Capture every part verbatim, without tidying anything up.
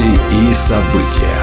Новости и события.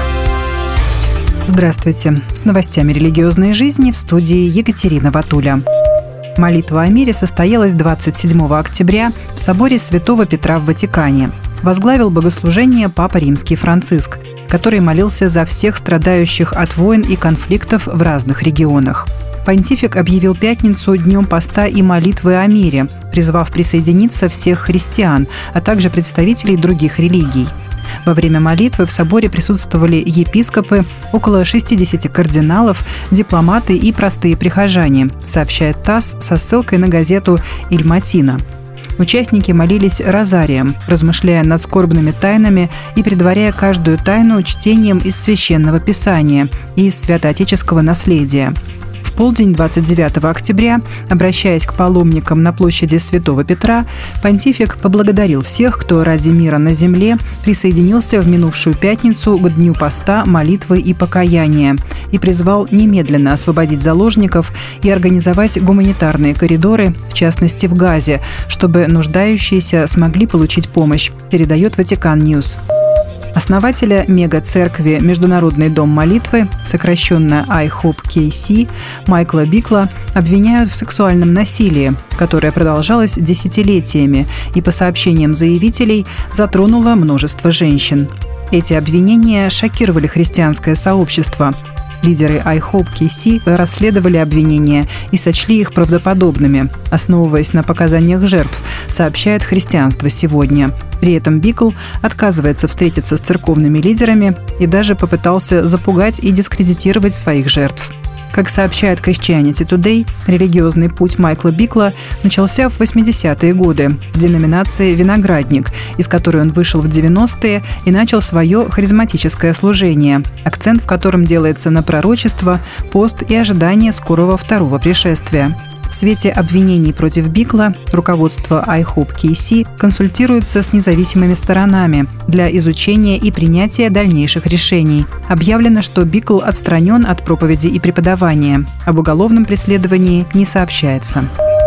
Здравствуйте. С новостями религиозной жизни в студии Екатерина Ватуля. Молитва о мире состоялась двадцать седьмого октября в соборе Святого Петра в Ватикане. Возглавил богослужение Папа Римский Франциск, который молился за всех страдающих от войн и конфликтов в разных регионах. Понтифик объявил пятницу днем поста и молитвы о мире, призвав присоединиться всех христиан, а также представителей других религий. Во время молитвы в соборе присутствовали епископы, около шестидесяти кардиналов, дипломаты и простые прихожане, сообщает ТАСС со ссылкой на газету «Иль Матино». Участники молились розарием, размышляя над скорбными тайнами и предваряя каждую тайну чтением из Священного Писания и из святоотеческого наследия. В полдень двадцать девятого октября, обращаясь к паломникам на площади Святого Петра, понтифик поблагодарил всех, кто ради мира на земле присоединился в минувшую пятницу к Дню поста, молитвы и покаяния и призвал немедленно освободить заложников и организовать гуманитарные коридоры, в частности в Газе, чтобы нуждающиеся смогли получить помощь, передает Ватикан Ньюс. Основателя мега-церкви «Международный дом молитвы», сокращенно ай хоп кей си, Майкла Бикла обвиняют в сексуальном насилии, которое продолжалось десятилетиями и, по сообщениям заявителей, затронуло множество женщин. Эти обвинения шокировали христианское сообщество. Лидеры ай хоп кей си расследовали обвинения и сочли их правдоподобными, основываясь на показаниях жертв, сообщает «Христианство сегодня». При этом Бикл отказывается встретиться с церковными лидерами и даже попытался запугать и дискредитировать своих жертв. Как сообщает Christianity Today, религиозный путь Майкла Бикла начался в восьмидесятые годы в деноминации «Виноградник», из которой он вышел в девяностые и начал свое харизматическое служение, акцент в котором делается на пророчество, пост и ожидание скорого второго пришествия. В свете обвинений против Бикла руководство ай хоп кей си консультируется с независимыми сторонами для изучения и принятия дальнейших решений. Объявлено, что Бикл отстранен от проповеди и преподавания. Об уголовном преследовании не сообщается.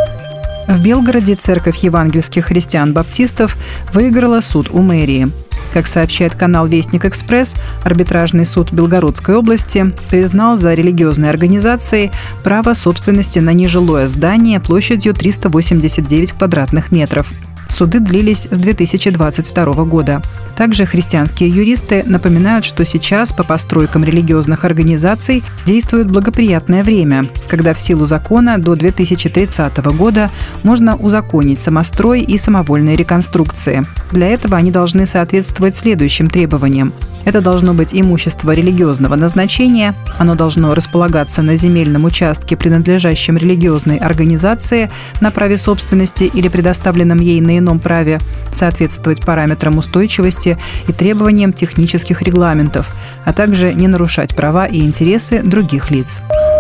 В Белгороде церковь евангельских христиан-баптистов выиграла суд у мэрии. Как сообщает канал «Вестник Экспресс», арбитражный суд Белгородской области признал за религиозной организацией право собственности на нежилое здание площадью триста восемьдесят девять квадратных метров. Суды длились с две тысячи двадцать второго года. Также христианские юристы напоминают, что сейчас по постройкам религиозных организаций действует благоприятное время, когда в силу закона до две тысячи тридцатого года можно узаконить самострой и самовольные реконструкции. Для этого они должны соответствовать следующим требованиям. Это должно быть имущество религиозного назначения, оно должно располагаться на земельном участке, принадлежащем религиозной организации, на праве собственности или предоставленном ей на ином праве, соответствовать параметрам устойчивости и требованиям технических регламентов, а также не нарушать права и интересы других лиц.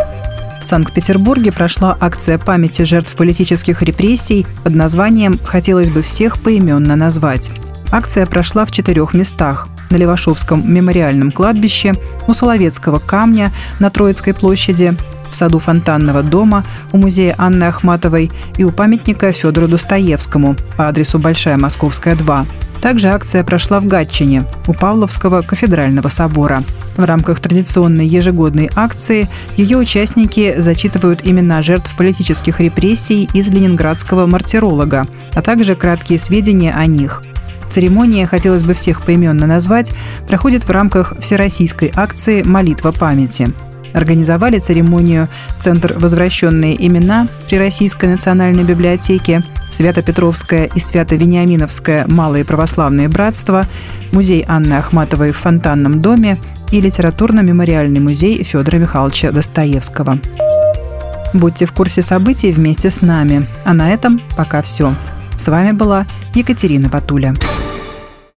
В Санкт-Петербурге прошла акция памяти жертв политических репрессий под названием «Хотелось бы всех поименно назвать». Акция прошла в четырех местах: на Левашовском мемориальном кладбище, у Соловецкого камня на Троицкой площади, в саду Фонтанного дома, у музея Анны Ахматовой и у памятника Федору Достоевскому по адресу Большая Московская, два. Также акция прошла в Гатчине, у Павловского кафедрального собора. В рамках традиционной ежегодной акции ее участники зачитывают имена жертв политических репрессий из ленинградского мартиролога, а также краткие сведения о них. Церемония «Хотелось бы всех поименно назвать» проходит в рамках всероссийской акции «Молитва памяти». Организовали церемонию Центр «Возвращенные имена» при Российской национальной библиотеке, Свято-Петровское и Свято-Вениаминовское малые православные братства, музей Анны Ахматовой в Фонтанном доме и литературно-мемориальный музей Федора Михайловича Достоевского. Будьте в курсе событий вместе с нами. А на этом пока все. С вами была Екатерина Ватуля.